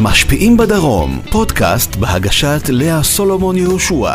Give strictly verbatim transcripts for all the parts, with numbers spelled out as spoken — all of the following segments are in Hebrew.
המשפיעים בדרום, פודקאסט בהגשת לאה סולומון יהושע.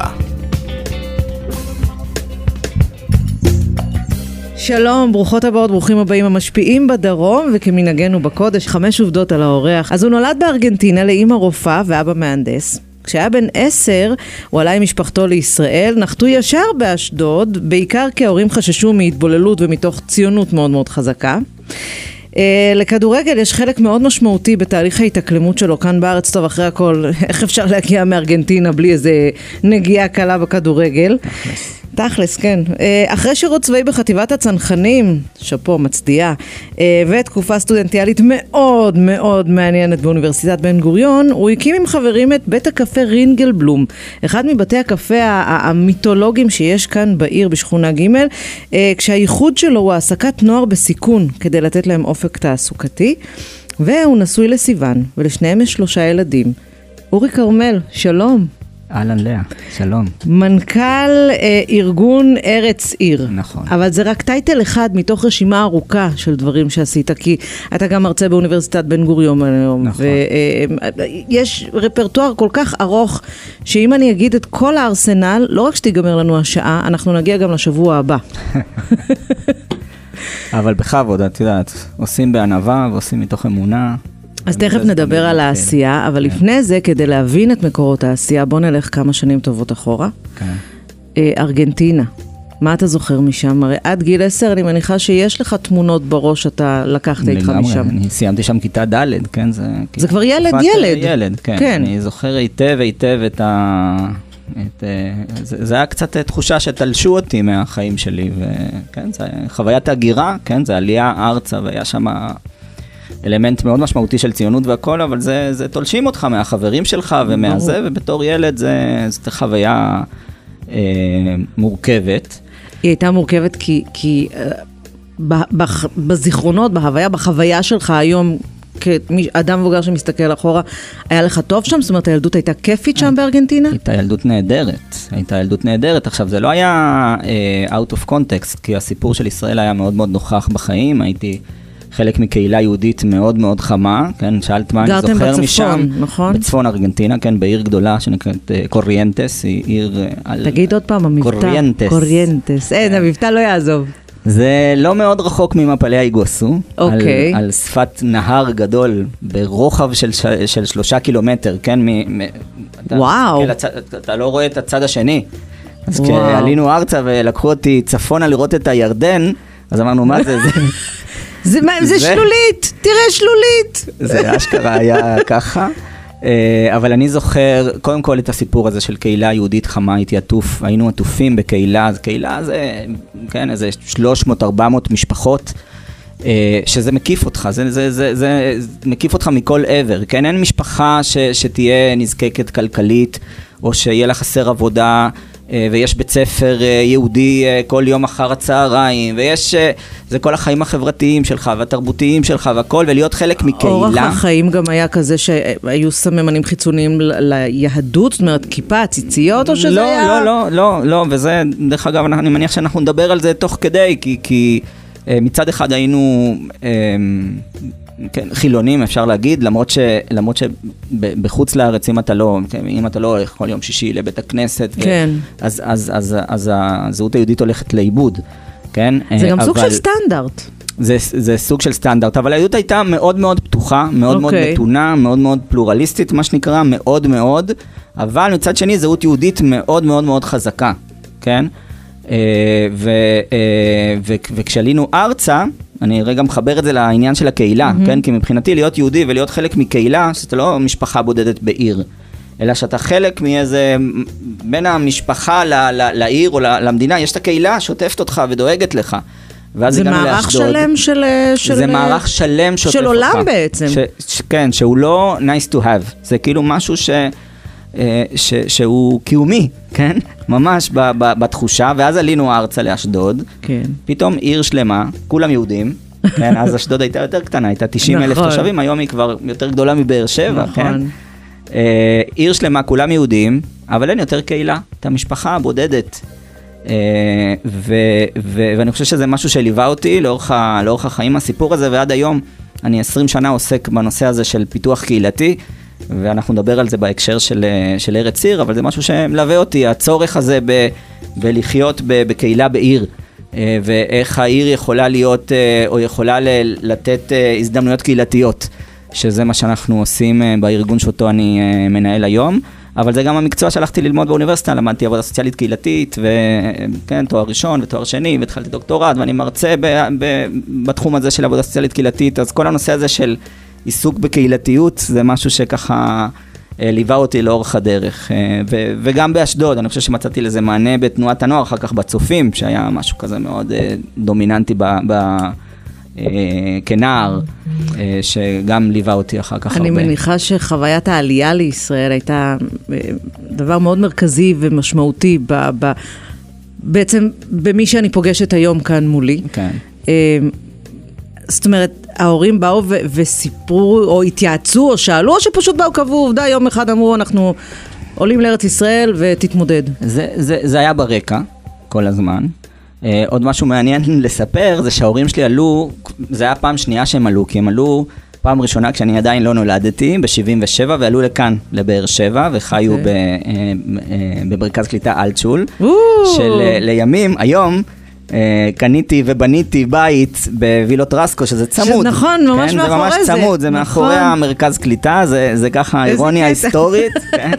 שלום, ברוכות הבאות, ברוכים הבאים המשפיעים בדרום, וכמנהגנו בקודש, חמש עובדות על האורח. אז הוא נולד בארגנטינה לאמא רופאה ואבא מהנדס. כשהיה בן עשר, הוא עלה עם משפחתו לישראל, נחתו ישר באשדוד, בעיקר כי ההורים חששו מהתבוללות ומתוך ציונות מאוד מאוד חזקה. לכדורגל יש חלק מאוד משמעותי בתהליך ההתאקלמות שלו כאן בארץ. טוב, אחרי הכל, איך אפשר להגיע מארגנטינה בלי איזה נגיעה קלה בכדורגל? תכלס. תכלס, כן. אחרי שירות צבאי בחטיבת הצנחנים, שפו, מצדיעה, ותקופה סטודנטיאלית מאוד מאוד מעניינת באוניברסיטת בן גוריון, הוא הקים עם חברים את בית הקפה רינגלבלום, אחד מבתי הקפה המיתולוגיים שיש כאן בעיר בשכונה ג', כשהייחוד שלו הוא העסקת נוער בסיכון, כדי לתת להם אופק תעסוקתי, והוא נשוי לסיוון, ולשניהם יש שלושה ילדים. אורי קרמל, שלום. אהלן לאה, שלום. מנכ"ל אה, ארגון ארץ עיר. נכון. אבל זה רק טייטל אחד מתוך רשימה ארוכה של דברים שעשית, כי אתה גם מרצה באוניברסיטת בן גוריון היום. נכון. ויש אה, רפרטואר כל כך ארוך, שאם אני אגיד את כל הארסנל, לא רק שתיגמר לנו השעה, אנחנו נגיע גם לשבוע הבא. אבל בכבוד, את יודעת, עושים בענווה ועושים מתוך אמונה. אז תכף נדבר על העשייה, אבל לפני זה, כדי להבין את מקורות העשייה, בוא נלך כמה שנים טובות אחורה. ארגנטינה, מה אתה זוכר משם? הרי עד גיל עשר אני מניחה שיש לך תמונות בראש אתה לקחת איתך משם. אני סיימתי שם כיתה ד', כן? זה כבר ילד, ילד. ילד, כן. אני זוכר היטב היטב את ה... זה היה קצת תחושה שתלשו אותי מהחיים שלי, וכן, זה חוויית הגירה, כן? זה עלייה ארצה, והיה שם... אלמנט מאוד משמעותי של ציונות והכל, אבל זה, זה תולשים אותך מהחברים שלך ומהזה, ובתור ילד זה, זה חוויה אה, מורכבת. היא הייתה מורכבת כי, כי אה, בזיכרונות, בהוויה, בחוויה שלך היום, כאדם מבוגר שמסתכל אחורה, היה לך טוב שם? זאת אומרת, הילדות הייתה כיפית שם בארגנטינה? הייתה ילדות נהדרת, הייתה ילדות נהדרת. עכשיו, זה לא היה uh, out of context, כי הסיפור של ישראל היה מאוד מאוד נוכח בחיים, הייתי חלק מקהילה יהודית מאוד מאוד חמה, כן, שאלת מה אני זוכר בצפון, משם. נכון? בצפון ארגנטינה, כן, בעיר גדולה שנקראת uh, קוריינטס, היא עיר uh, על... תגיד עוד פעם, המבטא. קוריינטס. קוריינטס, אין, המבטא לא יעזוב. זה לא מאוד רחוק ממפלי האיגוסו, אוקיי. על, על שפת נהר גדול, ברוחב של, של שלושה קילומטר, כן? מ, מ, וואו. אתה, אתה, אתה לא רואה את הצד השני. אז וואו. כשעלינו ארצה ולקחו אותי צפונה לראות את הירדן, אז אמרנו, מה זה? זה, זה, מה, זה שלולית, תראה שלולית. זה אשכרה היה ככה. אבל אני זוכר, קודם כל את הסיפור הזה של קהילה יהודית חמה, הייתי עטוף, היינו עטופים בקהילה, אז קהילה זה, כן, איזה שלוש מאות ארבע מאות משפחות, שזה מקיף אותך, זה, זה, זה, זה מקיף אותך מכל עבר, כן, אין משפחה ש, שתהיה נזקקת כלכלית, או שיהיה לה חסר עבודה, ויש בית ספר יהודי כל יום אחר הצהריים, ויש, זה כל החיים החברתיים שלך, והתרבותיים שלך, והכל, ולהיות חלק מקהילה. אורח החיים גם היה כזה שהיו סממנים חיצוניים ליהדות, זאת אומרת, כיפה, ציציות, או שזה לא, היה... לא, לא, לא, לא, וזה, דרך אגב, אני מניח שאנחנו נדבר על זה תוך כדי, כי, כי מצד אחד היינו... כן, חילונים אפשר להגיד, למרות ש, למרות שבחוץ לארץ, אם אתה לא, אם אתה לא הולך כל יום שישי לבית הכנסת, כן. ו, אז, אז, אז, אז הזהות היהודית הולכת לאיבוד, כן? זה גם אבל, סוג של סטנדרט. זה, זה סוג של סטנדרט, אבל היהדות הייתה מאוד מאוד פתוחה, מאוד okay. מאוד מתונה, מאוד מאוד פלורליסטית, מה שנקרא, מאוד מאוד, אבל מצד שני, זהות יהודית מאוד מאוד מאוד חזקה, כן? ו, ו, וכשעלינו ארצה, אני רגע מחבר את זה לעניין של הקהילה, mm-hmm. כן? כי מבחינתי להיות יהודי ולהיות חלק מקהילה, שאתה לא משפחה בודדת בעיר, אלא שאתה חלק מאיזה, בין המשפחה ל, ל, לעיר או ל, למדינה, יש את הקהילה שוטפת אותך ודואגת לך. זה מערך שלם של... של... זה מערך שלם שוטף אותך. של עולם בעצם. ש, ש, כן, שהוא לא nice to have. זה כאילו משהו ש... ש, שהוא קיומי, כן? ממש ב, ב, בתחושה, ואז עלינו ארצה לאשדוד, כן. פתאום עיר שלמה, כולם יהודים, כן? אז אשדוד הייתה יותר קטנה, הייתה תשעים אלף נכון. תושבים, היום היא כבר יותר גדולה מבאר שבע, נכון. כן? אה, עיר שלמה, כולם יהודים, אבל אין יותר קהילה, את המשפחה הבודדת. אה, ו, ו, ואני חושב שזה משהו שליווה אותי לאורך, לאורך החיים, הסיפור הזה, ועד היום אני עשרים שנה עוסק בנושא הזה של פיתוח קהילתי, ואנחנו נדבר על זה בהקשר של, של ארץ עיר, אבל זה משהו שמלווה אותי, הצורך הזה ב, בלחיות ב, בקהילה בעיר, ואיך העיר יכולה להיות, או יכולה לתת הזדמנויות קהילתיות, שזה מה שאנחנו עושים בארגון שאותו אני מנהל היום, אבל זה גם המקצוע שהלכתי ללמוד באוניברסיטה, למדתי עבודה סוציאלית קהילתית, וכן, תואר ראשון ותואר שני, והתחלתי דוקטורט, ואני מרצה ב, ב, בתחום הזה של עבודה סוציאלית קהילתית, אז כל הנושא הזה של עיסוק בקהילתיות, זה משהו שככה ליווה אותי לאורך הדרך, ו, וגם באשדוד, אני חושב שמצאתי לזה מענה בתנועת הנוער, אחר כך בצופים, שהיה משהו כזה מאוד דומיננטי ב... ב כנער, שגם ליווה אותי אחר כך הרבה. אני מניחה שחוויית העלייה לישראל הייתה דבר מאוד מרכזי ומשמעותי ב, ב, בעצם במי שאני פוגשת היום כאן מולי. כן. זאת אומרת, ההורים באו ו- וסיפרו או התייעצו או שאלו, או שפשוט באו קבעו עובדה, יום אחד אמרו אנחנו עולים לארץ ישראל ותתמודד. זה, זה, זה היה ברקע כל הזמן. Uh, עוד משהו מעניין לספר, זה שההורים שלי עלו, זה היה פעם שנייה שהם עלו, כי הם עלו פעם ראשונה כשאני עדיין לא נולדתי, ב-שבעים ושבע, ועלו לכאן, לבאר שבע, וחיו okay. ב, uh, uh, במרכז קליטה אלטשול, Ooh. של uh, לימים, היום, uh, קניתי ובניתי בית בווילות רסקו, שזה צמוד. נכון, ממש כן? מאחורי זה. זה ממש צמוד, זה נכון. מאחורי המרכז קליטה, זה, זה ככה אירוניה היסטורית, כן?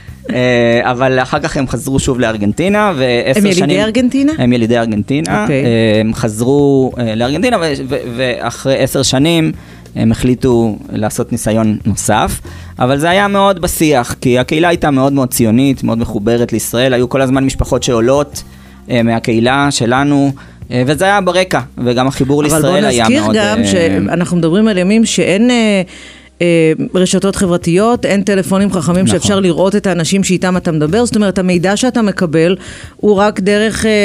אבל אחר כך הם חזרו שוב לארגנטינה, הם ילידי ארגנטינה? הם ילידי ארגנטינה, הם חזרו לארגנטינה, ואחרי עשר שנים הם החליטו לעשות ניסיון נוסף, אבל זה היה מאוד בשיח, כי הקהילה הייתה מאוד מאוד ציונית, מאוד מחוברת לישראל, היו כל הזמן משפחות שעולות מהקהילה שלנו, וזה היה ברקע, וגם החיבור לישראל היה מאוד... אבל בוא נזכיר גם שאנחנו מדברים על ימים שאין... רשתות חברתיות, אין טלפונים חכמים נכון. שאפשר לראות את האנשים שאיתם אתה מדבר, זאת אומרת, המידע שאתה מקבל הוא רק דרך אה,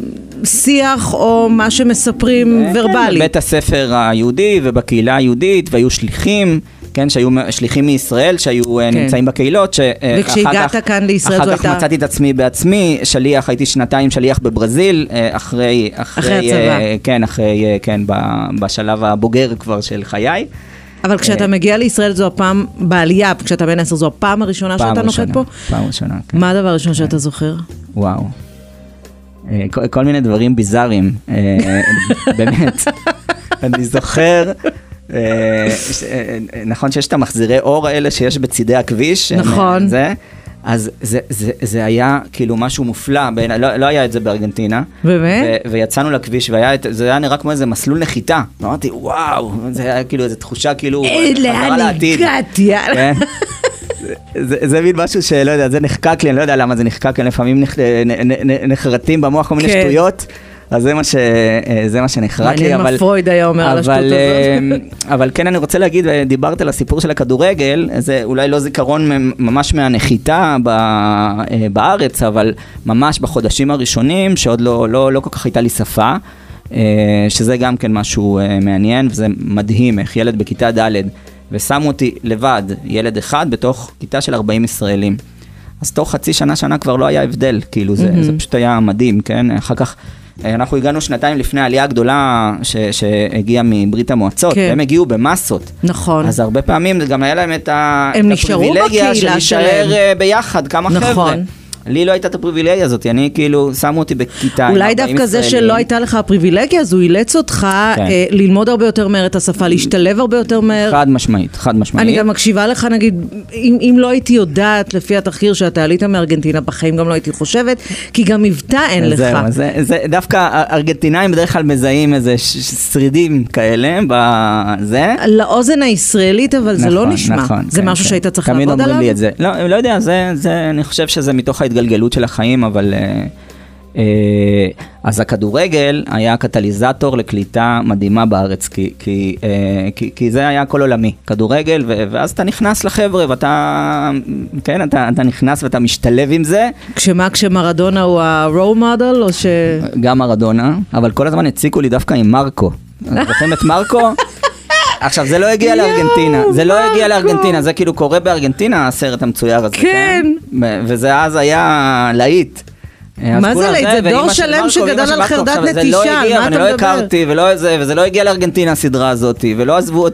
שיח או מה שמספרים כן, ורבלי. בבית הספר היהודי ובקהילה היהודית, והיו שליחים, כן, שהיו שליחים מישראל, שהיו כן. נמצאים בקהילות. ש, וכשהגעת כך, כאן לישראל זו הייתה... אחר כך מצאתי את עצמי בעצמי, שליח, הייתי שנתיים שליח בברזיל, אחרי... אחרי, אחרי הצבא. כן, אחרי, כן, בשלב הבוגר כבר של חיי. אבל כשאתה מגיע לישראל זו הפעם, בעלייה, כשאתה בן עשר, זו הפעם הראשונה שאתה נוחת פה? פעם ראשונה, כן. מה הדבר הראשון שאתה זוכר? וואו. כל מיני דברים ביזאריים. באמת. אני זוכר, נכון שיש את המחזירי אור האלה שיש בצידי הכביש. נכון. אז זה, זה, זה היה כאילו משהו מופלא, לא, לא היה את זה בארגנטינה. באמת? ו, ויצאנו לכביש, וזה היה נראה כמו איזה מסלול נחיתה. אמרתי, וואו, זה היה כאילו איזו תחושה כאילו... לאן הגעתי, יאללה. זה, זה מין משהו שלא יודע, זה נחקק לי, אני לא יודע למה זה נחקק לי, לפעמים נח, נחרטים במוח כל מיני כן. שטויות. אז זה מה ש זה מה שנחרט לי, אבל מעניין מה פרויד היה אומר על השטות הזאת. אבל כן אני רוצה להגיד, דיברת על הסיפור של הכדורגל, זה אולי לא זיכרון ממש מהנחיתה בארץ, אבל ממש בחודשים הראשונים, שעוד לא לא לא כל כך הייתה לי שפה, שזה גם כן משהו מעניין, וזה מדהים, איך ילד בכיתה ד' ושמו אותי לבד, ילד אחד בתוך כיתה של ארבעים ישראלים. אז תוך חצי שנה, שנה כבר לא היה הבדל, כאילו זה, זה פשוט היה מדהים, כן? אחר כך אנחנו הגענו שנתיים לפני העלייה הגדולה ש, שהגיעה מברית המועצות, כן. והם הגיעו במסות. נכון. אז הרבה פעמים גם היה להם את הפריבילגיה של להישאר ביחד, כמה נכון. חבר'ה. לי לא הייתה את הפריבילגיה הזאת, אני כאילו, שמו אותי בכיתה. אולי דווקא זה שלא הייתה לך הפריבילגיה, אז הוא אילץ אותך כן. אה, ללמוד הרבה יותר מהר את השפה, להשתלב הרבה יותר מהר. חד משמעית, חד משמעית. אני גם מקשיבה לך, נגיד, אם, אם לא הייתי יודעת, לפי התחקיר שאתה עלית מארגנטינה, בחיים גם לא הייתי חושבת, כי גם מבטא אין לך. זהו, זה, זה, דווקא ארגנטינאים בדרך כלל מזהים איזה שרידים כאלה, בזה. לאוזן הישראלית, אבל נכון, זה לא נשמע. נכון, זה כן, משהו כן. שהיית צריך לעבוד עליו? תמיד אומרים לי את זה. לא, לא יודע, זה, זה, אני חושב שזה מתוך ההתגלגלות של החיים, אבל אז הכדורגל היה קטליזטור לקליטה מדהימה בארץ, כי, כי, כי, כי זה היה כל עולמי, כדורגל, ואז אתה נכנס לחבר'ה, ואתה, כן, אתה, אתה נכנס ואתה משתלב עם זה. כשמה, כשמרדונה הוא ה-role model, או ש... גם מרדונה, אבל כל הזמן הציקו לי דווקא עם מרקו. זוכרים את מרקו? עכשיו, זה לא הגיע לארגנטינה, זה לא הגיע לארגנטינה, זה כאילו קורה בארגנטינה, הסרט המצויר הזה, כן? וזה אז היה להיט. מה זה להיט? זה דור שלם שגדל על חרדת נטישה, על מה אתה מדבר? אני לא הכרתי, וזה לא הגיע לארגנטינה הסדרה הזאת, ולא עזבו אותי,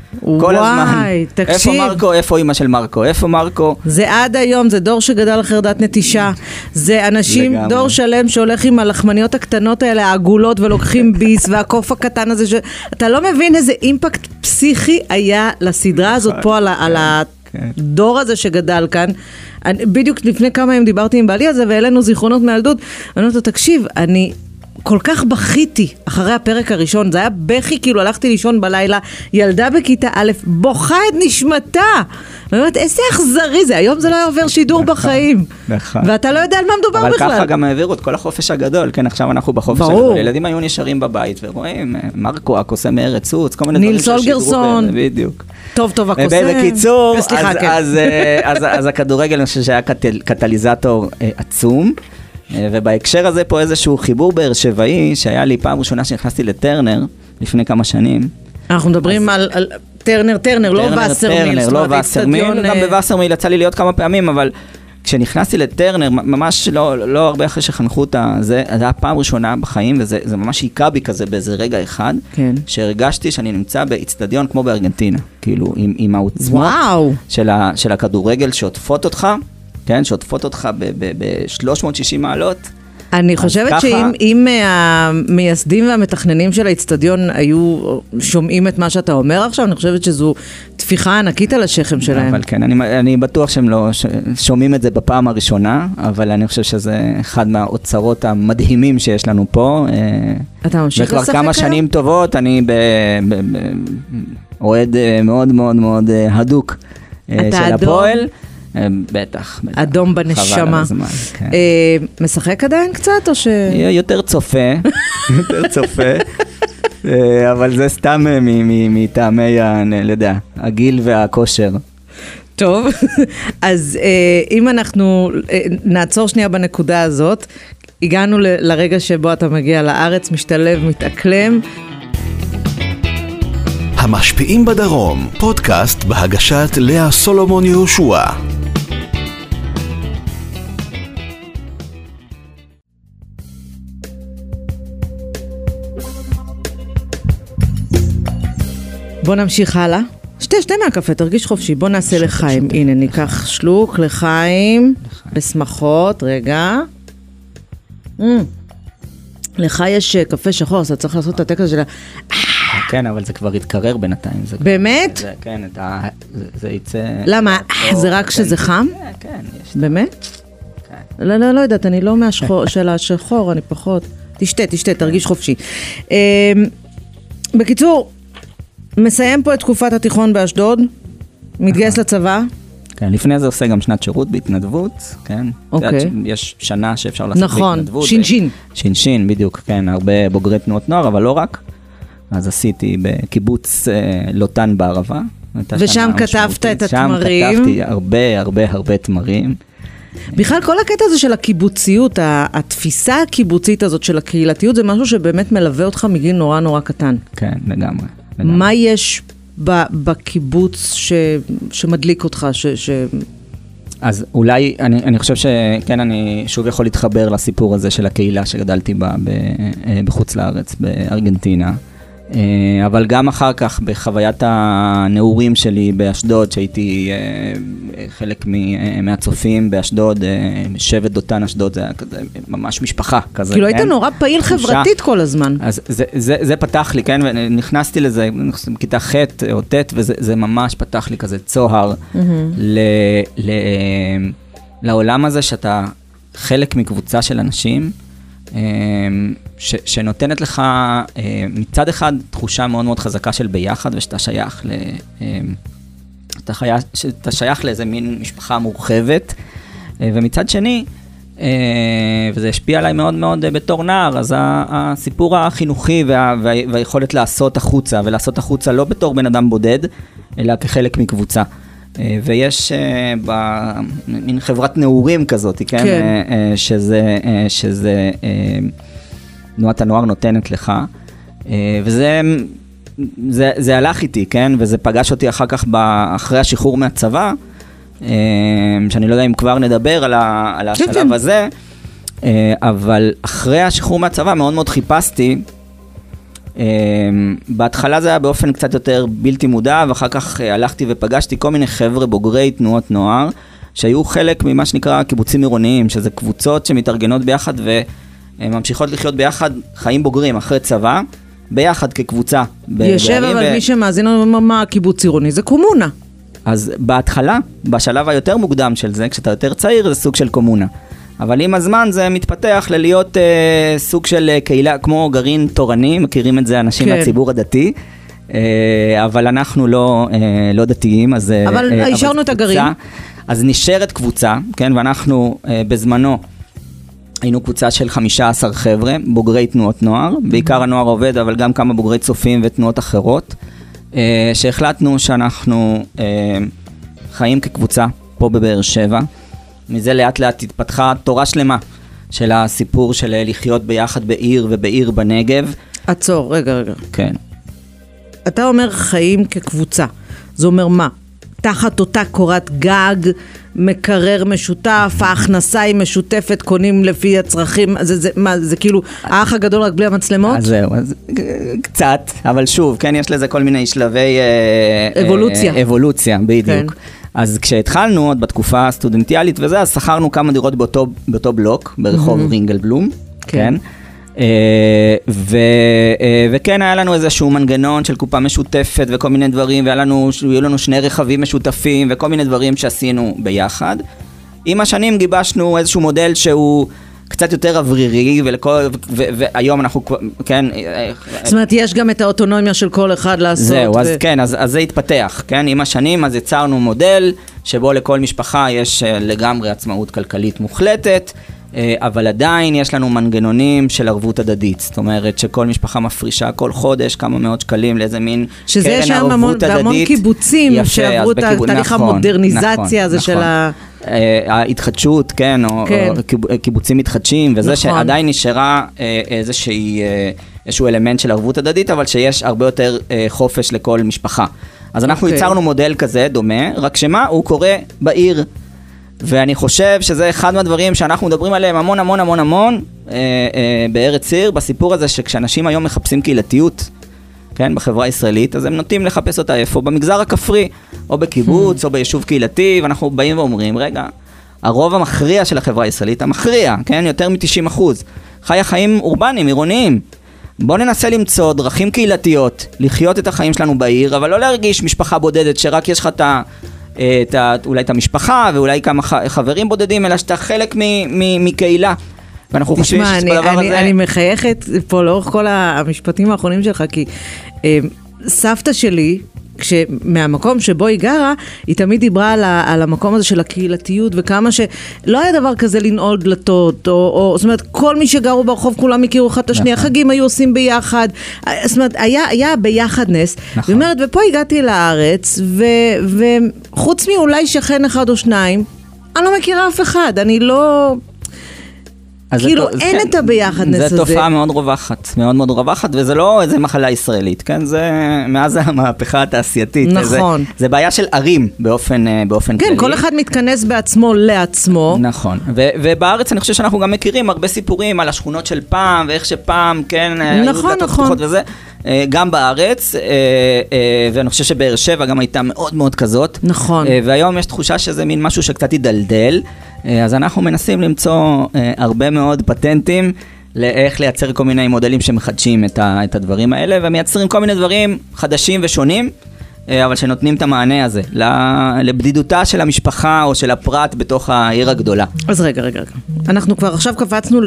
כל הזמן. תקשיב. איפה מרקו, איפה אמא של מרקו, איפה מרקו? זה עד היום, זה דור שגדל חרדת נטישה. זה אנשים, לגמרי. דור שלם שהולך עם הלחמניות הקטנות האלה, העגולות, ולוקחים ביס, והקוף הקטן הזה, ש... אתה לא מבין איזה אימפקט פסיכי היה לסדרה הזאת פה על, על הדור הזה שגדל כאן. אני, בדיוק לפני כמה ימים דיברתי עם בעלי על זה, והעלינו זיכרונות מהילדות. אני אומרת לו, תקשיב, אני... כל כך בכיתי אחרי הפרק הראשון, זה היה בכי, כאילו הלכתי לישון בלילה, ילדה בכיתה א', בוכה את נשמתה. אני אומרת, איזה אכזרי זה, היום זה לא היה עובר שידור בחיים. ואתה לא יודע על מה מדובר בכלל. אבל ככה גם העבירו את כל החופש הגדול, כן, עכשיו אנחנו בחופש הגדול. ילדים היו נשארים בבית ורואים, מרקו, הקוסם ארץ סוץ, כל מיני דברים ששידרו, בדיוק. טוב, טוב, הקוסם. בקיצור, אז הכדורגל, אני חושב שהיה קטליזטור עצום. ובהקשר הזה פה איזשהו חיבור באר שבעי, שהיה לי פעם ראשונה שנכנסתי לטרנר, לפני כמה שנים. אנחנו מדברים על טרנר, טרנר, לא וסרמיל. לא וסרמיל, גם בווסרמיל יצא לי להיות כמה פעמים, אבל כשנכנסתי לטרנר, ממש לא הרבה אחרי שחנכו אותה, זה היה פעם ראשונה בחיים, וזה ממש עיקה בי כזה באיזה רגע אחד, שהרגשתי שאני נמצא באצטדיון כמו בארגנטינה, כאילו עם העוצמות של הכדורגל שעוטפות אותך, כן, שעוטפות אותך ב-שלוש מאות ושישים מעלות. אני חושבת שאם המייסדים והמתכננים של האצטדיון היו שומעים את מה שאתה אומר עכשיו, אני חושבת שזו תפיחה ענקית על השכם שלהם. אבל כן, אני, אני בטוח שהם לא שומעים את זה בפעם הראשונה, אבל אני חושב שזה אחד מהאוצרות המדהימים שיש לנו פה. אתה ממשיך לשחק היום? וכבר כמה שנים טובות, אני אוהד מאוד מאוד מאוד הדוק של הפועל. בטח, בטח. אדום בנשמה. הזמן, כן. אה, משחק עדיין קצת או ש... יותר צופה, יותר צופה, אבל זה סתם מטעמי, לא יודע, הגיל והכושר. טוב, אז אה, אם אנחנו אה, נעצור שנייה בנקודה הזאת, הגענו ל- לרגע שבו אתה מגיע לארץ, משתלב, מתאקלם. המשפיעים בדרום, פודקאסט בהגשת לאה סולומון יהושע. בוא נמשיך הלאה. שתי, שתי מהקפה, תרגיש חופשי. בוא נעשה לחיים. הנה, ניקח שלוק לחיים, בשמחות, רגע. לך יש קפה שחור, אז אתה צריך לעשות את הטקס הזה של... כן, אבל זה כבר יתקרר בינתיים. באמת? כן, זה יצא... למה? זה רק שזה חם? כן, יש. באמת? לא, לא, לא יודעת, אני לא של השחור, אני פחות. תשתה, תשתה, תרגיש חופשי. בקיצור, מסיים פה את תקופת התיכון באשדוד, מתגייס לצבא. כן, לפני זה עושה גם שנת שירות בהתנדבות, כן. אוקיי. יש שנה שאפשר לעשות בהתנדבות. נכון, שינשין. שינשין, בדיוק, כן, הרבה בוגרי תנועות נוער, אבל לא רק. אז עשיתי בקיבוץ לוטן בערבה. ושם כתבת את התמרים. שם כתבתי הרבה, הרבה, הרבה תמרים. בכלל, כל הקטע הזה של הקיבוציות, התפיסה הקיבוצית הזאת של הקהילתיות, זה משהו שבאמת מלווה אותך מגיל נורא נורא קטן. כן, לגמרי. מה יש בקיבוץ ש, שמדליק אותך? ש, ש... אז אולי, אני, אני חושב שכן, אני שוב יכול להתחבר לסיפור הזה של הקהילה שגדלתי בה בחוץ לארץ, בארגנטינה. אבל גם אחר כך, בחוויית הנעורים שלי באשדוד, שהייתי חלק מהצופים באשדוד, שבט דותן אשדוד, זה היה כזה, ממש משפחה כזה. כאילו היית נורא פעיל חברתית כל הזמן. אז זה, זה, זה פתח לי, כן, ונכנסתי לזה, בכיתה ח' או ט', וזה ממש פתח לי כזה צוהר ל, ל, לעולם הזה שאתה חלק מקבוצה של אנשים, ש, שנותנת לך מצד אחד תחושה מאוד מאוד חזקה של ביחד, ושאתה שייך ל, שאתה, חי, שאתה שייך לאיזה מין משפחה מורחבת, ומצד שני, וזה השפיע עליי מאוד מאוד בתור נער, אז הסיפור החינוכי וה, וה, והיכולת לעשות החוצה, ולעשות החוצה לא בתור בן אדם בודד, אלא כחלק מקבוצה. ויש במין חברת נעורים כזאת, כן? כן. שזה, שזה תנועת הנוער נותנת לך, וזה זה, זה הלך איתי, כן? וזה פגש אותי אחר כך אחרי השחרור מהצבא, שאני לא יודע אם כבר נדבר על, ה, על השלב כן. הזה, אבל אחרי השחרור מהצבא מאוד מאוד חיפשתי בהתחלה זה היה באופן קצת יותר בלתי מודע, ואחר כך הלכתי ופגשתי כל מיני חבר'ה בוגרי תנועות נוער, שהיו חלק ממה שנקרא קיבוצים עירוניים, שזה קבוצות שמתארגנות ביחד וממשיכות לחיות ביחד חיים בוגרים אחרי צבא, ביחד כקבוצה. יושב אבל ו... מי שמאזין לנו מה קיבוץ עירוני, זה קומונה. אז בהתחלה, בשלב היותר מוקדם של זה, כשאתה יותר צעיר, זה סוג של קומונה. אבל עם הזמן זה מתפתח ללהיות אה, סוג של אה, קהילה, כמו גרעין תורני, מכירים את זה אנשים כן. מהציבור הדתי, אה, אבל אנחנו לא, אה, לא דתיים, אז... אבל אה, השארנו את הגרעין. אז נשארת קבוצה, כן, ואנחנו אה, בזמנו היינו קבוצה של חמישה עשר חבר'ה, בוגרי תנועות נוער, בעיקר הנוער עובד, אבל גם כמה בוגרי צופים ותנועות אחרות, אה, שהחלטנו שאנחנו אה, חיים כקבוצה פה בבאר שבע, מזה לאט לאט התפתחה תורה שלמה של הסיפור של לחיות ביחד בעיר ובעיר בנגב. עצור, רגע, רגע. כן. אתה אומר חיים כקבוצה, זה אומר מה? תחת אותה קורת גג, מקרר משותף, ההכנסה היא משותפת, קונים לפי הצרכים, זה, זה, מה, זה כאילו האח הגדול רק בלי המצלמות? אז זהו, אז קצת, אבל שוב, כן, יש לזה כל מיני שלבי... אבולוציה. אה, אבולוציה, בדיוק. כן. אז כשהתחלנו עוד בתקופה הסטודנטיאלית וזה, אז שכרנו כמה דירות באותו, באותו בלוק, ברחוב mm-hmm. רינגלבלום, כן. כן. ו, וכן היה לנו איזשהו מנגנון של קופה משותפת וכל מיני דברים, והיה לנו, היו לנו שני רכבים משותפים וכל מיני דברים שעשינו ביחד. עם השנים גיבשנו איזשהו מודל שהוא קצת יותר אוורירי, ולכל, ו, והיום אנחנו, כן... זאת אומרת, יש גם את האוטונומיה של כל אחד לעשות. זהו, ו... אז כן, אז, אז זה התפתח, כן? עם השנים, אז יצרנו מודל שבו לכל משפחה יש לגמרי עצמאות כלכלית מוחלטת, אבל עדיין יש לנו מנגנונים של ערבות הדדית, זאת אומרת שכל משפחה מפרישה כל חודש כמה מאות שקלים לאיזה מין קרן ערבות הדדית. והמון קיבוצים יפה, שעברו את תהליך נכון, המודרניזציה הזה נכון. של ה... ההתחדשות, כן, או, כן. או קיבוצים מתחדשים, וזה נכון. שעדיין נשארה איזושהי, איזשהו אלמנט של ערבות הדדית, אבל שיש הרבה יותר חופש לכל משפחה. אז אנחנו okay. ייצרנו מודל כזה דומה, רק שמה הוא קורה בעיר, ואני חושב שזה אחד מהדברים שאנחנו מדברים עליהם המון המון המון המון אה, אה, בארץ עיר, בסיפור הזה שכשאנשים היום מחפשים קהילתיות, כן, בחברה הישראלית, אז הם נוטים לחפש אותה איפה, במגזר הכפרי, או בקיבוץ, או ביישוב קהילתי, ואנחנו באים ואומרים, רגע, הרוב המכריע של החברה הישראלית, המכריע, כן, יותר מ-תשעים אחוז, חי החיים אורבניים, עירוניים. בואו ננסה למצוא דרכים קהילתיות, לחיות את החיים שלנו בעיר, אבל לא להרגיש משפחה בודדת, שרק יש לך את ה... את ה, אולי את המשפחה ואולי כמה חברים בודדים, אלא שאתה חלק מקהילה. ואנחנו חושבים שבדבר הזה... אני, אני מחייכת פה לאורך כל המשפטים האחרונים שלך, כי אה, סבתא שלי, מהמקום שבו היא גרה, היא תמיד דיברה על, ה, על המקום הזה של הקהילתיות, וכמה שלא היה דבר כזה לנעול דלתות, או, או, זאת אומרת, כל מי שגרו ברחוב כולם הכירו אחד את השני, החגים היו עושים ביחד, זאת אומרת, היה, היה ביחדנס, נכון. ואומרת, ופה הגעתי לארץ, ו, וחוץ מאולי שכן אחד או שניים, אני לא מכירה אף אחד, אני לא... כאילו אין כן, את הביחדנס הזה. זו תופעה מאוד רווחת, מאוד מאוד רווחת, וזה לא איזה מחלה ישראלית, כן? זה מאז המהפכה התעשייתית. נכון. זה, זה בעיה של ערים באופן, באופן כן, כללי. כן, כל אחד מתכנס בעצמו לעצמו. נכון. ו, ובארץ אני חושב שאנחנו גם מכירים הרבה סיפורים על השכונות של פעם, ואיך שפעם, כן, נכון, היו נכון. פתוחות וזה. גם בארץ, ואני חושב שבאר שבע גם הייתה מאוד מאוד כזאת. נכון. והיום יש תחושה שזה מין משהו שקצת ידלדל, אז אנחנו מנסים למצוא הרבה מאוד פטנטים לאיך לייצר כל מיני מודלים שמחדשים את הדברים האלה, ומייצרים כל מיני דברים חדשים ושונים, אבל שנותנים את המענה הזה, לבדידותה של המשפחה או של הפרט בתוך העיר הגדולה. אז רגע, רגע, רגע. אנחנו כבר עכשיו קפצנו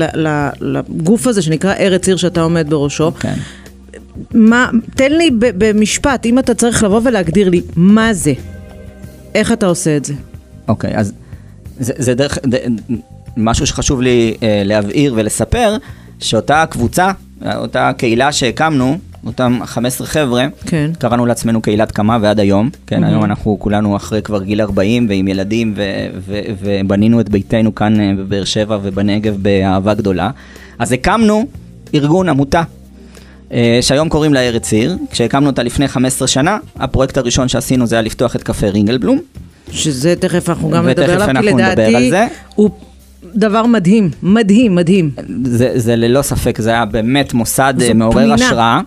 לגוף הזה שנקרא ארץ עיר שאתה עומד בראשו. כן. מה, תן לי במשפט, אם אתה צריך לבוא ולהגדיר לי, מה זה? איך אתה עושה את זה? אוקיי, אז זה, זה דרך, ד, משהו שחשוב לי אה, להבהיר ולספר, שאותה קבוצה, אותה קהילה שהקמנו, אותם חמישה עשר חבר'ה, כן. קראנו לעצמנו קהילת קמה ועד היום, כן, mm-hmm. היום אנחנו כולנו אחרי כבר גיל ארבעים ועם ילדים ו, ו, ובנינו את ביתנו כאן בבאר שבע ובנגב באהבה גדולה. אז הקמנו ארגון, עמותה, שהיום קוראים לה ארץ עיר, כשהקמנו אותה לפני חמש עשרה שנה, הפרויקט הראשון שעשינו זה היה לפתוח את קפה רינגלבלום. שזה תכף אנחנו גם נדבר עליו, כי לדעתי הוא דבר מדהים, מדהים, מדהים. זה, זה ללא ספק, זה היה באמת מוסד מעורר פנינה. השראה,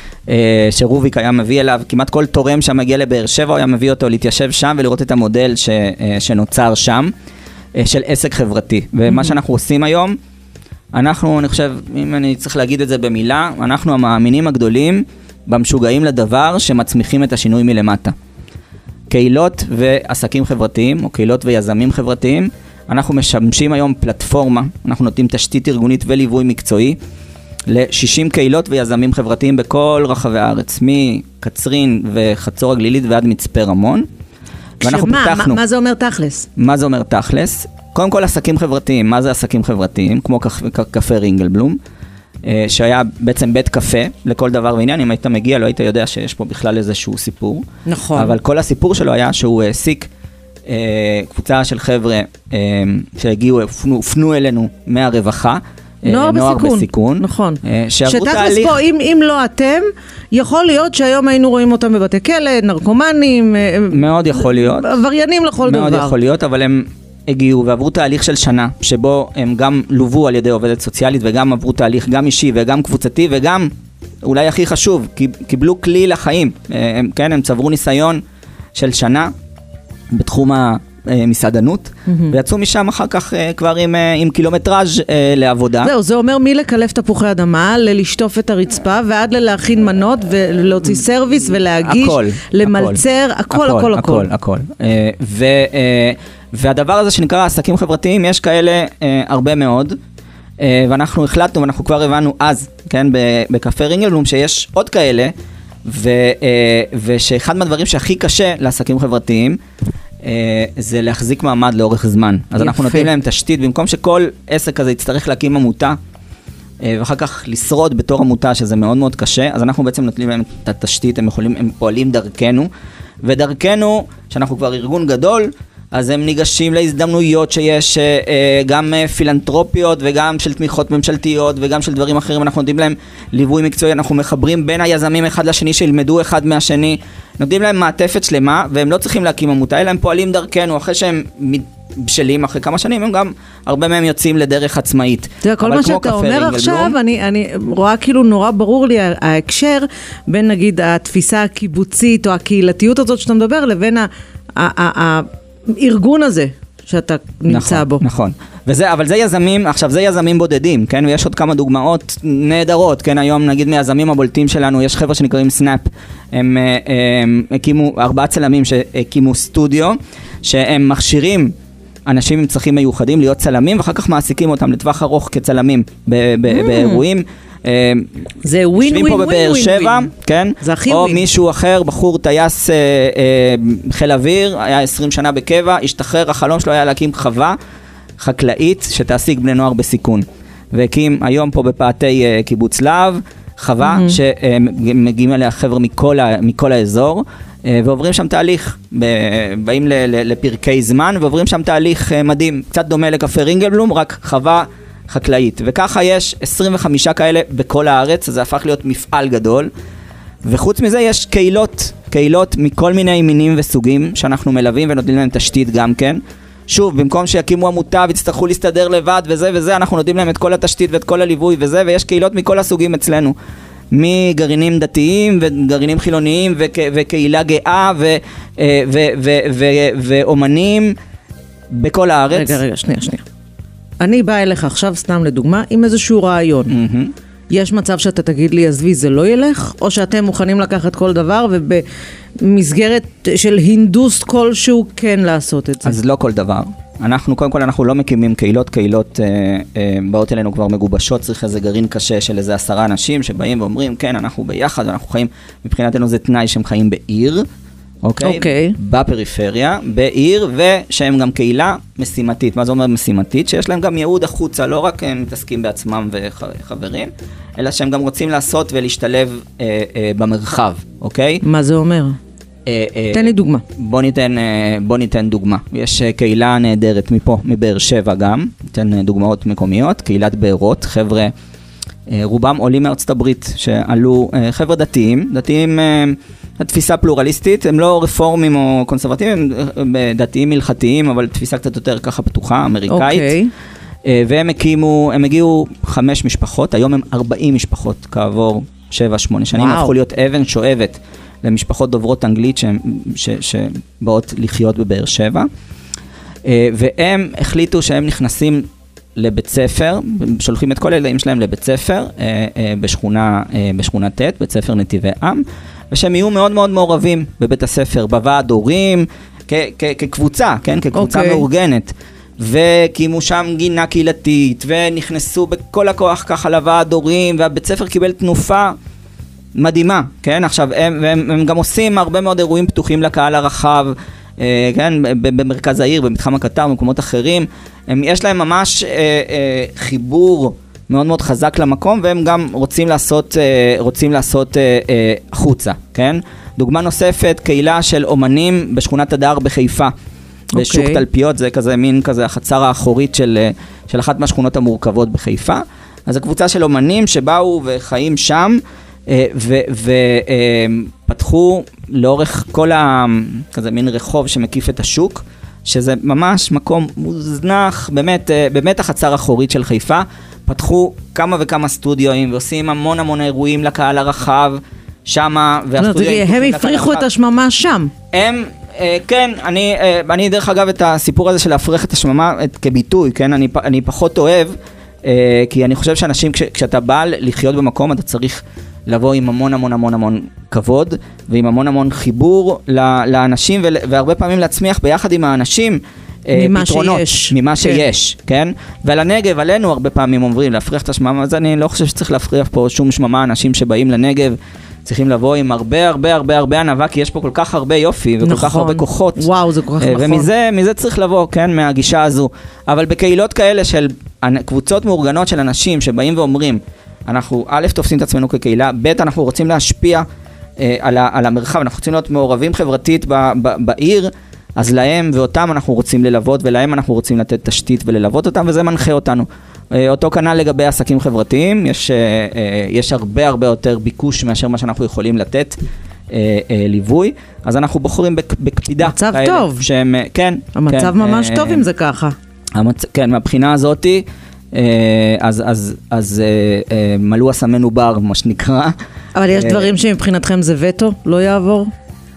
שרוביק היה מביא אליו, כמעט כל תורם שם מגיע לבאר שבע, הוא היה מביא אותו להתיישב שם ולראות את המודל ש, שנוצר שם, של עסק חברתי. ומה שאנחנו עושים היום, אנחנו, אני חושב, אם אני צריך להגיד את זה במילה, אנחנו המאמינים הגדולים במשוגעים לדבר שמצמיחים את השינוי מלמטה. קהילות ועסקים חברתיים, או קהילות ויזמים חברתיים, אנחנו משמשים היום פלטפורמה, אנחנו נותנים תשתית ארגונית וליווי מקצועי, ל-שישים קהילות ויזמים חברתיים בכל רחבי הארץ, מקצרין וחצור הגלילית ועד מצפה רמון. ואנחנו שמה, פיתחנו... מה, מה זה אומר תכלס? מה זה אומר תכלס? קודם כל עסקים חברתיים, מה זה עסקים חברתיים? כמו קפה רינגלבלום, שהיה בעצם בית קפה לכל דבר ועניין, אם היית מגיע לא היית יודע שיש פה בכלל איזשהו סיפור. נכון. אבל כל הסיפור שלו היה שהוא העסיק קבוצה של חבר'ה שהגיעו, הופנו אלינו מהרווחה, נוער, נוער בסיכון. בסיכון. נכון. שעברו תהליך... פה, אם, אם לא אתם, יכול להיות שהיום היינו רואים אותם בבתי כלא, נרקומנים. מאוד יכול להיות. עבריינים לכל מאוד דבר. מאוד יכול להיות, אבל הם הגיעו ועברו תהליך של שנה, שבו הם גם לוו על ידי עובדת סוציאלית, וגם עברו תהליך גם אישי וגם קבוצתי, וגם, אולי הכי חשוב, קיבלו כלי לחיים. הם, כן, הם צברו ניסיון של שנה בתחום ה... מסעדנות, mm-hmm. ויצאו משם אחר כך כבר עם, עם קילומטראז' לעבודה. זהו, זה אומר מי לקלף תפוחי אדמה, ללשטוף את הרצפה, ועד ללהכין מנות, ולהוציא סרוויס, ולהגיש, הכל, למלצר, הכל, הכל, הכל. הכל, הכל. ו, והדבר הזה שנקרא עסקים חברתיים, יש כאלה הרבה מאוד, ואנחנו החלטנו, ואנחנו כבר הבנו אז, כן, בקפה רינגלבלום, שיש עוד כאלה, ו, ושאחד מהדברים שהכי קשה לעסקים חברתיים, זה להחזיק מעמד לאורך זמן. אז אנחנו נותנים להם תשתית, במקום שכל עסק כזה יצטרך להקים עמותה, ואחר כך לשרוד בתור עמותה, שזה מאוד מאוד קשה, אז אנחנו בעצם נותנים להם את התשתית, הם יכולים, הם פועלים דרכנו, ודרכנו, שאנחנו כבר ארגון גדול, אז הם ניגשים להזדמנויות שיש גם פילנטרופיות וגם של תמיכות ממשלתיות וגם של דברים אחרים, אנחנו נותנים להם ליווי מקצועי, אנחנו מחברים בין היזמים אחד לשני שילמדו אחד מהשני, נותנים להם מעטפת שלמה והם לא צריכים להקים עמותה, אלא הם פועלים דרכנו, אחרי שהם בשלים אחרי כמה שנים, הם גם הרבה מהם יוצאים לדרך עצמאית. זה כל מה שאתה אומר עכשיו, אני, אני רואה כאילו נורא ברור לי ההקשר בין נגיד התפיסה הקיבוצית או הקהילתיות הזאת שאתה מדבר לבין ה... ה ארגון הזה שאתה נמצא נכון, בו. נכון. וזה, אבל זה יזמים, עכשיו זה יזמים בודדים, כן? ויש עוד כמה דוגמאות נהדרות, כן? היום נגיד מהיזמים הבולטים שלנו, יש חבר'ה שנקראים סנאפ, הם, הם, הם הקימו, ארבעה צלמים שהקימו סטודיו, שהם מכשירים אנשים עם צרכים מיוחדים להיות צלמים, ואחר כך מעסיקים אותם לטווח ארוך כצלמים ב- ב- mm. באירועים. זה ווין ווין ווין ווין ווין. שבע, כן? זה הכי או ווין. מישהו אחר, בחור טייס אה, אה, חיל אוויר, היה עשרים שנה בקבע, השתחרר, החלום שלו היה להקים חווה חקלאית שתעסיק בני נוער בסיכון. והקים היום פה בפאתי אה, קיבוץ להב, חווה mm-hmm. שמגיעים אליה חבר'ה מכל, ה, מכל האזור, אה, ועוברים שם תהליך, ב, באים ל, ל, לפרקי זמן, ועוברים שם תהליך אה, מדהים, קצת דומה לקפה רינגלבלום, רק חווה חקלאית. וככה יש עשרים וחמש כאלה בכל הארץ, אז זה הפך להיות מפעל גדול. וחוץ מזה יש קהילות, קהילות מכל מיני מינים וסוגים שאנחנו מלווים ונותנים להם תשתית גם כן. שוב, במקום שיקימו עמותה ויצטרכו להסתדר לבד וזה וזה, אנחנו נותנים להם את כל התשתית ואת כל הליווי וזה, ויש קהילות מכל הסוגים אצלנו. מגרעינים דתיים וגרעינים חילוניים וק, וקהילה גאה ו, ו, ו, ו, ו, ואומנים בכל הארץ. רגע, רגע, שנייה, שנייה. אני באה אליך עכשיו, סתם לדוגמה, עם איזשהו רעיון. Mm-hmm. יש מצב שאתה תגיד לי, עזבי, זה לא ילך? או שאתם מוכנים לקחת כל דבר ובמסגרת של הינדוס כלשהו כן לעשות את זה? אז לא כל דבר. אנחנו, קודם כל, אנחנו לא מקימים קהילות, קהילות אה, אה, באות אלינו כבר מגובשות, צריך איזה גרעין קשה של איזה עשרה אנשים שבאים ואומרים, כן, אנחנו ביחד, אנחנו חיים, מבחינתנו זה תנאי שהם חיים בעיר, אוקיי? אוקיי. בפריפריה, בעיר, ושהם גם קהילה משימתית. מה זה אומר משימתית? שיש להם גם ייעוד החוצה, לא רק הם מתעסקים בעצמם וחברים, אלא שהם גם רוצים לעשות ולהשתלב אה, אה, במרחב, אוקיי? מה זה אומר? אה, אה, תן לי דוגמה. בוא ניתן, אה, בוא ניתן דוגמה. יש אה, קהילה נהדרת מפה, מבאר שבע גם, ניתן אה, דוגמאות מקומיות, קהילת בארות, חבר'ה, אה, רובם עולים מארצות הברית, שעלו אה, חבר'ה דתיים, דתיים... אה, התפיסה פלורליסטית, הם לא רפורמים או קונסרבטיביים, הם דתיים הלכתיים, אבל תפיסה קצת יותר ככה פתוחה, אמריקאית. והם הקימו, הם הגיעו חמש משפחות, היום הם ארבעים משפחות כעבור שבע, שמונה שנים, הפכו להיות אבן שואבת למשפחות דוברות אנגלית שבאות לחיות בבאר שבע, והם החליטו שהם נכנסים לבית ספר, שולחים את כל הילדים שלהם לבית ספר, בשכונה, בשכונה ט', בית ספר נתיבי עם, ושהם יהיו מאוד מאוד מעורבים בבית הספר, בוועד הורים, כקבוצה, כן? כקבוצה okay. מאורגנת. וקיימו שם גינה קהילתית, ונכנסו בכל הכוח ככה לוועד הורים, והבית ספר קיבל תנופה מדהימה, כן? עכשיו, הם, הם, הם גם עושים הרבה מאוד אירועים פתוחים לקהל הרחב, אה, כן? במרכז העיר, במתחם הקטר, במקומות אחרים. הם, יש להם ממש אה, אה, חיבור מאוד מאוד חזק למקום, והם גם רוצים לעשות, אה, רוצים לעשות אה, אה, חוצה, כן? דוגמה נוספת, קהילה של אומנים בשכונת הדר בחיפה. בשוק okay. תלפיות, זה כזה מין כזה החצר האחורית של, של אחת מהשכונות המורכבות בחיפה. אז הקבוצה של אומנים שבאו וחיים שם, ופתחו לאורך כל ה... כזה מין רחוב שמקיף את השוק, שזה ממש מקום מוזנח, באמת, באמת החצר האחורית של חיפה. פתחו כמה וכמה סטודיואים, ועושים המון המון אירועים לקהל הרחב, שמה, והסטודיואים... הם הפריחו את השממה שם. הם... כן, אני, אני דרך אגב את הסיפור הזה של להפריח את השממה כביטוי, כן, אני, אני פחות אוהב, כי אני חושב שאנשים, כש, כשאתה בא לחיות במקום, אתה צריך לבוא עם המון המון המון המון כבוד, ועם המון המון חיבור לאנשים, והרבה פעמים להצמיח ביחד עם האנשים, ממה פתרונות, שיש. ממה שיש, כן? ועל הנגב, עלינו הרבה פעמים אומרים, להפריח את השממה, אז אני לא חושב שצריך להפריח פה שום שממה, אנשים שבאים לנגב, צריכים לבוא עם הרבה הרבה הרבה הרבה ענווה, כי יש פה כל כך הרבה יופי, וכל נכון. כך הרבה כוחות. וואו, זה כל כך נכון. ומזה מזה צריך לבוא, כן, מהגישה הזו. אבל בקהילות כאלה של קבוצות מאורגנות של אנשים שבאים ואומרים, אנחנו א' תופסים את עצמנו כקהילה, ב' אנחנו רוצים להשפיע אה, על, ה, על המרחב, אנחנו רוצים להיות מעורבים חברתית ב, ב, בעיר, אז להם ואותם אנחנו רוצים ללוות, ולהם אנחנו רוצים לתת תשתית וללוות אותם, וזה מנחה אותנו. אותו כנ"ל לגבי עסקים חברתיים, יש, יש הרבה הרבה יותר ביקוש מאשר מה שאנחנו יכולים לתת ליווי, אז אנחנו בוחרים בקפידה. מצב כאלה, טוב. שהם, כן. המצב כן, ממש טוב אם זה ככה. המצ... כן, מהבחינה הזאת, אז, אז, אז מלאו הסמנו בר, מה שנקרא. אבל יש דברים שמבחינתכם זה וטו, לא יעבור?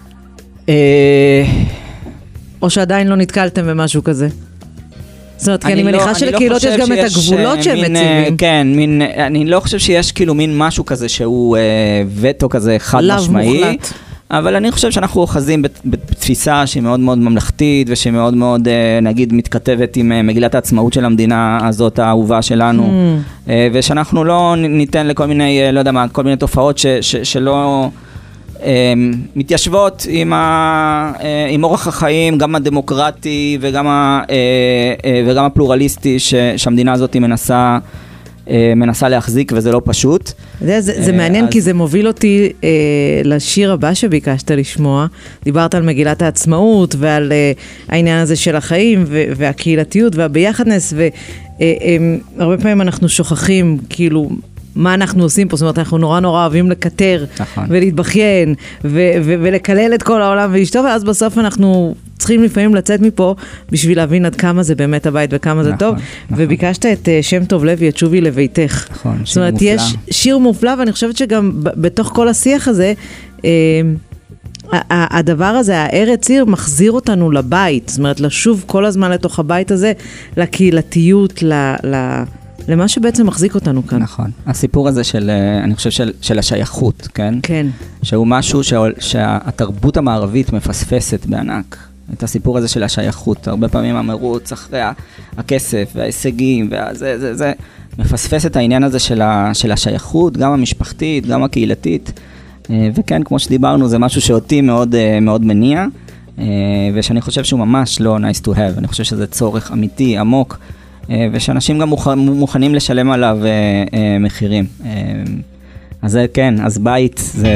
או שעדיין לא נתקלתם במשהו כזה? זאת אומרת, כי אני מניחה שלקהילות יש גם את הגבולות שהם מציבים. כן, אני לא חושב שיש כאילו מין משהו כזה שהוא וטו כזה חד משמעי, אבל אני חושב שאנחנו אוחזים בתפיסה שהיא מאוד מאוד ממלכתית, ושהיא מאוד מאוד, נגיד, מתכתבת עם מגילת העצמאות של המדינה הזאת, האהובה שלנו, ושאנחנו לא ניתן לכל מיני, לא יודע מה, כל מיני תופעות שלא... מתיישבות עם, ה, עם אורח החיים, גם הדמוקרטי וגם, ה, וגם הפלורליסטי ש, שהמדינה הזאת מנסה, מנסה להחזיק, וזה לא פשוט. זה, זה, זה מעניין אז... כי זה מוביל אותי אה, לשיר הבא שביקשת לשמוע. דיברת על מגילת העצמאות ועל אה, העניין הזה של החיים ו- והקהילתיות והביחדנס, והרבה אה, פעמים אנחנו שוכחים כאילו מה אנחנו עושים פה, זאת אומרת, אנחנו נורא נורא אוהבים לקטר, נכון. ולהתבכיין, ו- ו- ולקלל את כל העולם ואשתו, ואז בסוף אנחנו צריכים לפעמים לצאת מפה, בשביל להבין עד כמה זה באמת הבית וכמה זה נכון, טוב, נכון. וביקשת את uh, שם טוב לוי, את שובי לביתך. נכון, שיר מופלא. זאת אומרת, יש שיר מופלא, ואני חושבת שגם ב- בתוך כל השיח הזה, אה, הדבר הזה, הארץ עיר, מחזיר אותנו לבית, זאת אומרת, לשוב כל הזמן לתוך הבית הזה, לקהילתיות, ל... ל- למה שבעצם מחזיק אותנו כאן. נכון. הסיפור הזה של, אני חושב, של, של השייכות, כן? כן. שהוא משהו שה, שהתרבות המערבית מפספסת בענק. את הסיפור הזה של השייכות. הרבה פעמים המרוץ אחרי הכסף וההישגים, וזה, זה, זה, מפספס את העניין הזה של, ה, של השייכות, גם המשפחתית, גם הקהילתית. וכן, כמו שדיברנו, זה משהו שאותי מאוד, מאוד מניע, ושאני חושב שהוא ממש לא nice to have. אני חושב שזה צורך אמיתי, עמוק, ושאנשים גם מוכנים לשלם עליו מחירים. אז זה כן, אז בית זה...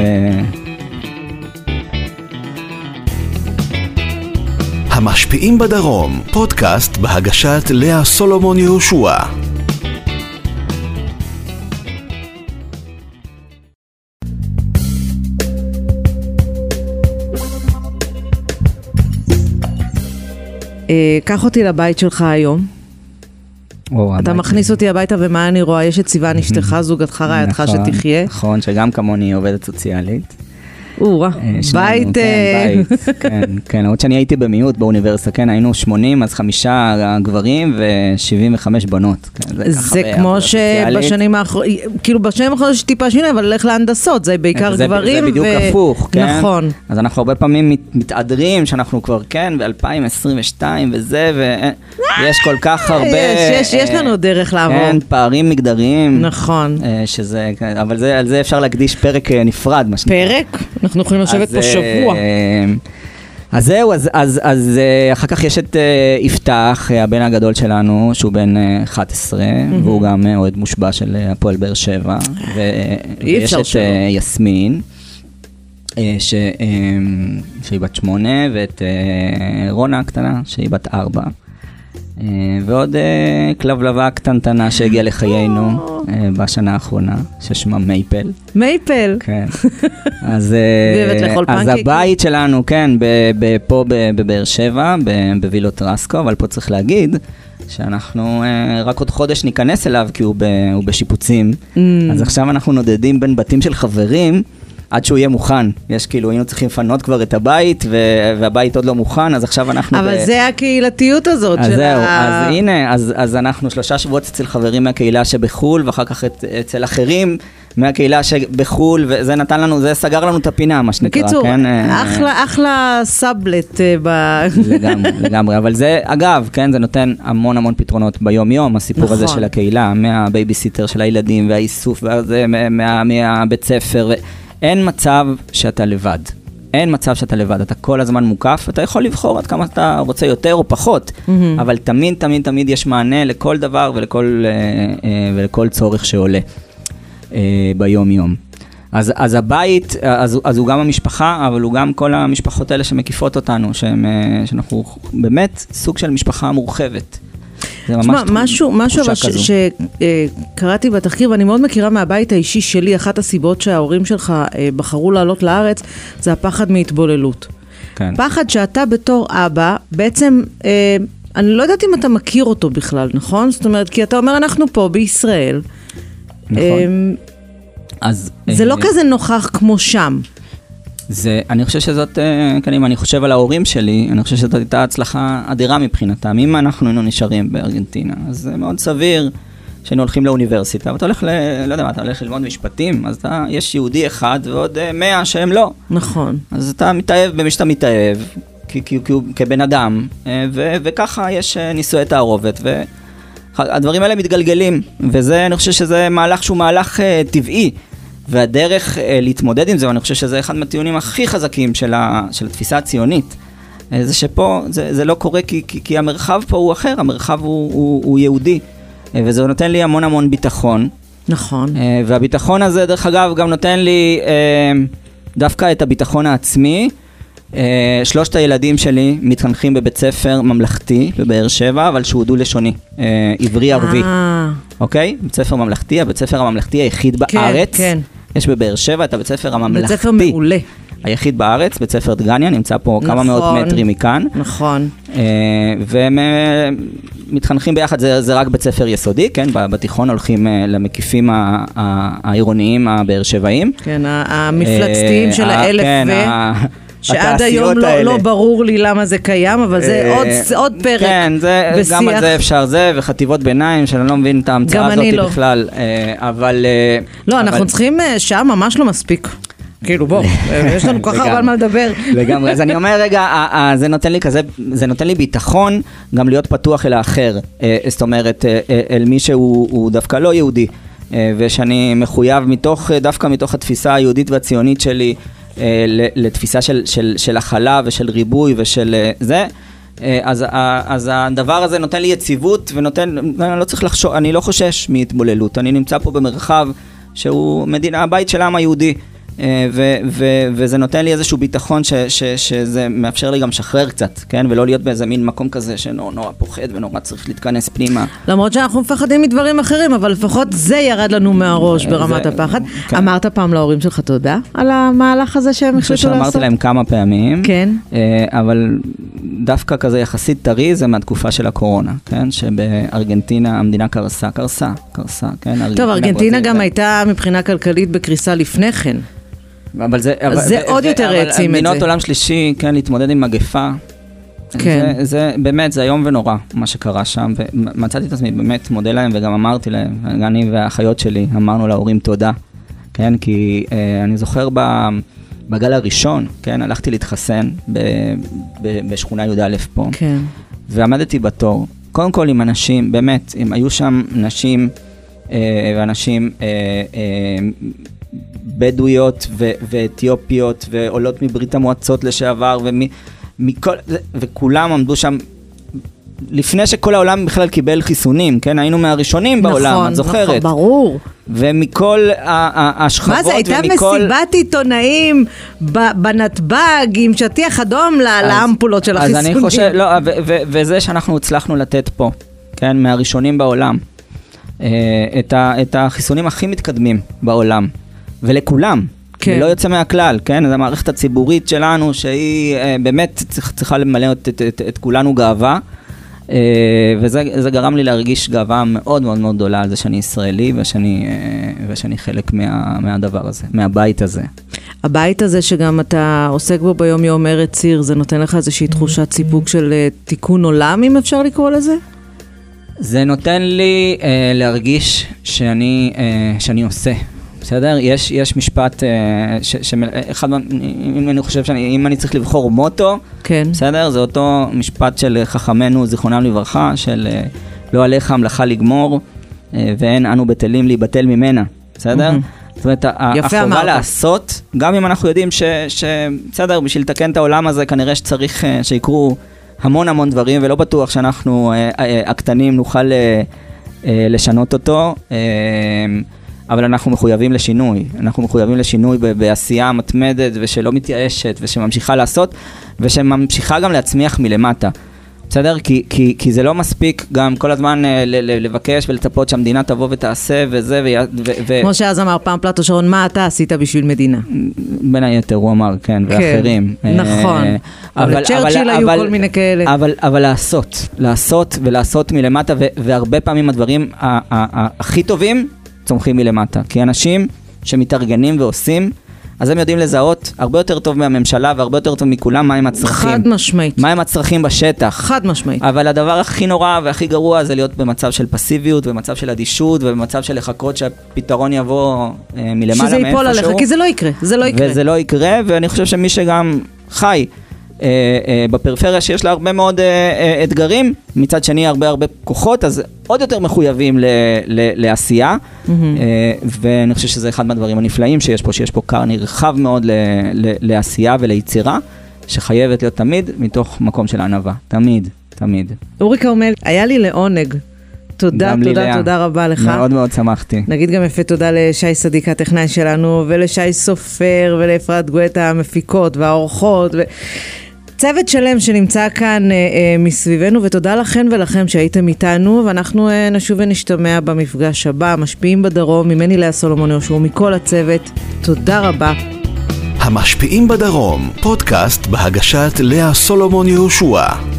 המשפיעים בדרום, פודקאסט בהגשת לאה סולומון יהושע. קח אותי לבית שלך היום. אתה מכניס אותי הביתה ומה אני רואה? יש את סיוון אשתך, זוגתך, רעייתך שתחיה. נכון, שגם כמוני עובדת סוציאלית. או, בית... כן, כן, עוד שאני הייתי במיעוט באוניברסיטה, כן, היינו שמונים, אז חמישה גברים ו-שבעים וחמש בנות. זה כמו שבשנים האחרונות, כאילו בשנים האחרונות יש טיפה שינוי, אבל הולך להנדסות, זה בעיקר גברים. זה בדיוק הפוך, כן. נכון. אז אנחנו הרבה פעמים מתעדרים שאנחנו כבר, כן, ב-אלפיים עשרים ושתיים וזה, ויש כל כך הרבה... יש לנו דרך לעבור. כן, פערים מגדריים. נכון. שזה, אבל על זה אפשר להקדיש פרק נפרד, מה שנקרא. פרק? אנחנו יכולים לשבת פה שבוע. אז זהו, אז, אז, אז אחר כך יש את יפתח, הבן הגדול שלנו, שהוא בן אחת עשרה, והוא גם אוהד מושבע של הפועל באר שבע. ויש את יסמין, ש, שהיא בת שמונה, ואת רונה הקטנה, שהיא בת ארבע. ועוד כלבלבה קטנטנה שהגיעה לחיינו בשנה האחרונה, ששמה מייפל. מייפל? כן. אז הבית שלנו, כן, פה בבאר שבע, בווילות רסקו, אבל פה צריך להגיד שאנחנו רק עוד חודש ניכנס אליו, כי הוא בשיפוצים. אז עכשיו אנחנו נודדים בין בתים של חברים, עד שהוא יהיה מוכן. יש כאילו, היינו צריכים לפנות כבר את הבית, והבית עוד לא מוכן, אז עכשיו אנחנו... אבל זה הקהילתיות הזאת של ה... אז זהו, אז הנה, אז אנחנו שלושה שבועות אצל חברים מהקהילה שבחול, ואחר כך אצל אחרים מהקהילה שבחול, וזה נתן לנו, זה סגר לנו את הפינה, מה שנקרא, כן? בקיצור, אחלה סאבלט ב... לגמרי, לגמרי, אבל זה, אגב, כן, זה נותן המון המון פתרונות ביום-יום, הסיפור הזה של הקהילה, מהבייביסיטר של הילדים, והאיסוף, מהבית ספר, אין מצב שאתה לבד. אין מצב שאתה לבד. אתה כל הזמן מוקף, אתה יכול לבחור עד כמה אתה רוצה יותר או פחות, mm-hmm. אבל תמיד, תמיד, תמיד יש מענה לכל דבר ולכל, ולכל צורך שעולה ביום-יום. אז, אז הבית, אז, אז הוא גם המשפחה, אבל הוא גם כל המשפחות האלה שמקיפות אותנו, שהם, שאנחנו באמת סוג של משפחה מורחבת. תשמע, משהו, משהו שקראתי בתחקיר, ואני מאוד מכירה מהבית האישי שלי, אחת הסיבות שההורים שלך בחרו לעלות לארץ, זה הפחד מהתבוללות. כן. פחד שאתה בתור אבא, בעצם, אני לא יודעת אם אתה מכיר אותו בכלל, נכון? זאת אומרת, כי אתה אומר, אנחנו פה בישראל. נכון. אז... זה לא כזה נוכח כמו שם. זה, אני חושב שזאת, כן, אם אני חושב על ההורים שלי, אני חושב שזאת הייתה הצלחה אדירה מבחינתם. אם אנחנו היינו נשארים בארגנטינה, אז זה מאוד סביר שהיינו הולכים לאוניברסיטה, ואתה הולך, ל, לא יודע מה, אתה הולך ללמוד משפטים, אז אתה, יש יהודי אחד ועוד מאה שהם לא. נכון. אז אתה מתאהב במי שאתה מתאהב, כי, כי, כי, כבן אדם, ו, וככה יש נישואי תערובת, והדברים האלה מתגלגלים, וזה, אני חושב שזה מהלך שהוא מהלך טבעי, והדרך אה, להתמודד עם זה, ואני חושב שזה אחד מהטיעונים הכי חזקים של, ה, של התפיסה הציונית, אה, זה שפה זה, זה לא קורה כי, כי, כי המרחב פה הוא אחר, המרחב הוא, הוא, הוא יהודי, אה, וזה נותן לי המון המון ביטחון. נכון. אה, והביטחון הזה, דרך אגב, גם נותן לי אה, דווקא את הביטחון העצמי. אה, שלושת הילדים שלי מתחנכים בבית ספר ממלכתי בבאר שבע, אבל שהוא דו-לשוני, אה, עברי ערבי. אה. אוקיי? בית ספר ממלכתי, הבית ספר הממלכתי היחיד כן, בארץ. כן. יש בבאר שבע את הבית ספר הממלכתי. בית ספר מעולה. היחיד בארץ, בית ספר דגניה, נמצא פה נכון, כמה מאות מטרים מכאן. נכון. אה, והם אה, מתחנכים ביחד, זה, זה רק בית ספר יסודי, כן? בתיכון הולכים אה, למקיפים ה- ה- העירוניים, הבאר שבעים. כן, המפלצתיים אה, של אה, האלף כן, ו... ה- שעד היום לא, לא ברור לי למה זה קיים, אבל זה עוד, עוד פרק כן, זה, בשיח. גם על זה אפשר זה, וחטיבות ביניים, שאני לא מבין את ההמצאה הזאת לא. בכלל. אבל... לא, אבל... אנחנו צריכים שעה ממש לא מספיק. כאילו בוא, יש לנו כל כך הרבה על מה לדבר. לגמרי, אז אני אומר רגע, זה נותן לי כזה, זה נותן לי ביטחון גם להיות פתוח אל האחר, זאת אומרת, אל מי שהוא דווקא לא יהודי, ושאני מחויב מתוך, דווקא מתוך התפיסה היהודית והציונית שלי, לתפיסה של, של, של החלה ושל ריבוי ושל זה, אז, אז הדבר הזה נותן לי יציבות ונותן, אני לא צריך לחשוב, אני לא חושש מהתבוללות, אני נמצא פה במרחב שהוא מדינה, הבית של העם היהודי, ו, ו, וזה נותן לי איזשהו ביטחון ש, ש, שזה מאפשר לי גם שחרר קצת, כן? ולא להיות באיזה מין מקום כזה שנורא פוחד ונורא צריך להתכנס פנימה. למרות שאנחנו מפחדים מדברים אחרים, אבל לפחות זה ירד לנו מהראש ברמת הפחד. אמרת פעם להורים שלך תודה על המהלך הזה שהם החליטו לעשות? אמרתי להם כמה פעמים, כן. אבל דווקא כזה יחסית טרי, זה מהתקופה של הקורונה, כן? שבארגנטינה המדינה קרסה, קרסה, קרסה, כן? טוב, ארגנטינה גם הייתה מבחינה כלכלית בקריסה לפני כן. אבל זה... זה עוד יותר העצים את זה. מדינות עולם שלישי, כן, להתמודד עם מגפה. כן. זה, זה באמת, זה היום ונורא, מה שקרה שם, ומצאתי את עצמי, באמת מודה להם, וגם אמרתי להם, אני והאחיות שלי, אמרנו להורים תודה, כן, כי אה, אני זוכר ב, בגל הראשון, כן, הלכתי להתחסן ב, ב, בשכונה י' א' פה, כן. ועמדתי בתור, קודם כל עם אנשים, באמת, אם היו שם נשים, אה, ואנשים, אה, אה, בדואיות ו- ואתיופיות, ועולות מברית המועצות לשעבר, ומי... מכל, וכולם עמדו שם, לפני שכל העולם בכלל קיבל חיסונים, כן? היינו מהראשונים נכון, בעולם, את זוכרת? נכון, ברור. ומכל השכבות, מה זה, הייתה ומכל... מסיבת עיתונאים בנתב"ג עם שטיח אדום לאמפולות של החיסונים. אז אני חושב, לא, ו- ו- וזה שאנחנו הצלחנו לתת פה, כן? מהראשונים בעולם, את, ה- את החיסונים הכי מתקדמים בעולם, ולכולם. כן. ולא יוצא מהכלל, כן? זו המערכת הציבורית שלנו, שהיא אה, באמת צריכה, צריכה למלא את, את, את, את כולנו גאווה, אה, וזה זה גרם לי להרגיש גאווה מאוד מאוד מאוד גדולה על זה שאני ישראלי, ושאני, אה, ושאני חלק מה, מהדבר הזה, מהבית הזה. הבית הזה שגם אתה עוסק בו ביום יום ארץ ציר, זה נותן לך איזושהי תחושת סיפוק של אה, תיקון עולם, אם אפשר לקרוא לזה? זה נותן לי אה, להרגיש שאני, אה, שאני עושה. בסדר? יש, יש משפט, ש, ש, אחד, אם אני חושב שאני, אם אני צריך לבחור מוטו, כן. בסדר? זה אותו משפט של חכמנו, זיכרונם לברכה, של לא עליך המלאכה לגמור, ואין אנו בטלים להיבטל ממנה. בסדר? Mm-hmm. זאת אומרת, החובה אמרת. לעשות, גם אם אנחנו יודעים ש, ש, בסדר, בשביל לתקן את העולם הזה, כנראה שצריך שיקרו המון המון דברים, ולא בטוח שאנחנו, הקטנים, נוכל לשנות אותו. אבל אנחנו מחויבים לשינוי, אנחנו מחויבים לשינוי ב- בעשייה מתמדת ושלא מתייאשת ושממשיכה לעשות ושממשיכה גם להצמיח מלמטה, בסדר? כי, כי, כי זה לא מספיק גם כל הזמן ל- ל- לבקש ולצפות שהמדינה תבוא ותעשה וזה ו... ו- ו- כמו שאז אמר פעם פלטו שרון, מה אתה עשית בשביל מדינה? בין היתר הוא אמר, כן, כן ואחרים. נכון, אבל לצ'רצ'יל היו כל מיני כאלה. אבל, אבל לעשות, לעשות ולעשות מלמטה ו- והרבה פעמים הדברים ה- ה- ה- הכי טובים צומחים מלמטה, כי אנשים שמתארגנים ועושים, אז הם יודעים לזהות הרבה יותר טוב מהממשלה, והרבה יותר טוב מכולם, מה הם הצרכים. חד משמעית. מה הם הצרכים בשטח. חד משמעית. אבל הדבר הכי נורא והכי גרוע זה להיות במצב של פסיביות, במצב של אדישות, ובמצב של לחכות שהפתרון יבוא אה, מלמעלה. שזה ייפול עליך, כי זה לא יקרה, זה לא יקרה. וזה לא יקרה, ואני חושב שמי שגם חי, אה, אה, בפריפריה שיש לה הרבה מאוד אה, אה, אתגרים, מצד שני הרבה הרבה כוחות, אז עוד יותר מחויבים ל, ל, לעשייה, mm-hmm. אה, ואני חושב שזה אחד מהדברים הנפלאים שיש פה, שיש פה קר נרחב מאוד ל, ל, לעשייה וליצירה, שחייבת להיות תמיד מתוך מקום של ענווה, תמיד, תמיד. אורי כרמל, היה לי לעונג. תודה, תודה, לאה. תודה רבה לך. מאוד מאוד שמחתי. נגיד גם יפה תודה לשי סדיק הטכנאי שלנו, ולשי סופר, ולאפרת גואטה המפיקות והאורחות, ו... צוות שלם שנמצא כאן אה, אה, מסביבנו, ותודה לכן ולכם שהייתם איתנו, ואנחנו אה, נשוב ונשתמע במפגש הבא, משפיעים בדרום, ממני לאה סולומון יהושע, מכל הצוות. תודה רבה. המשפיעים בדרום, פודקאסט בהגשת לאה סולומון יהושע.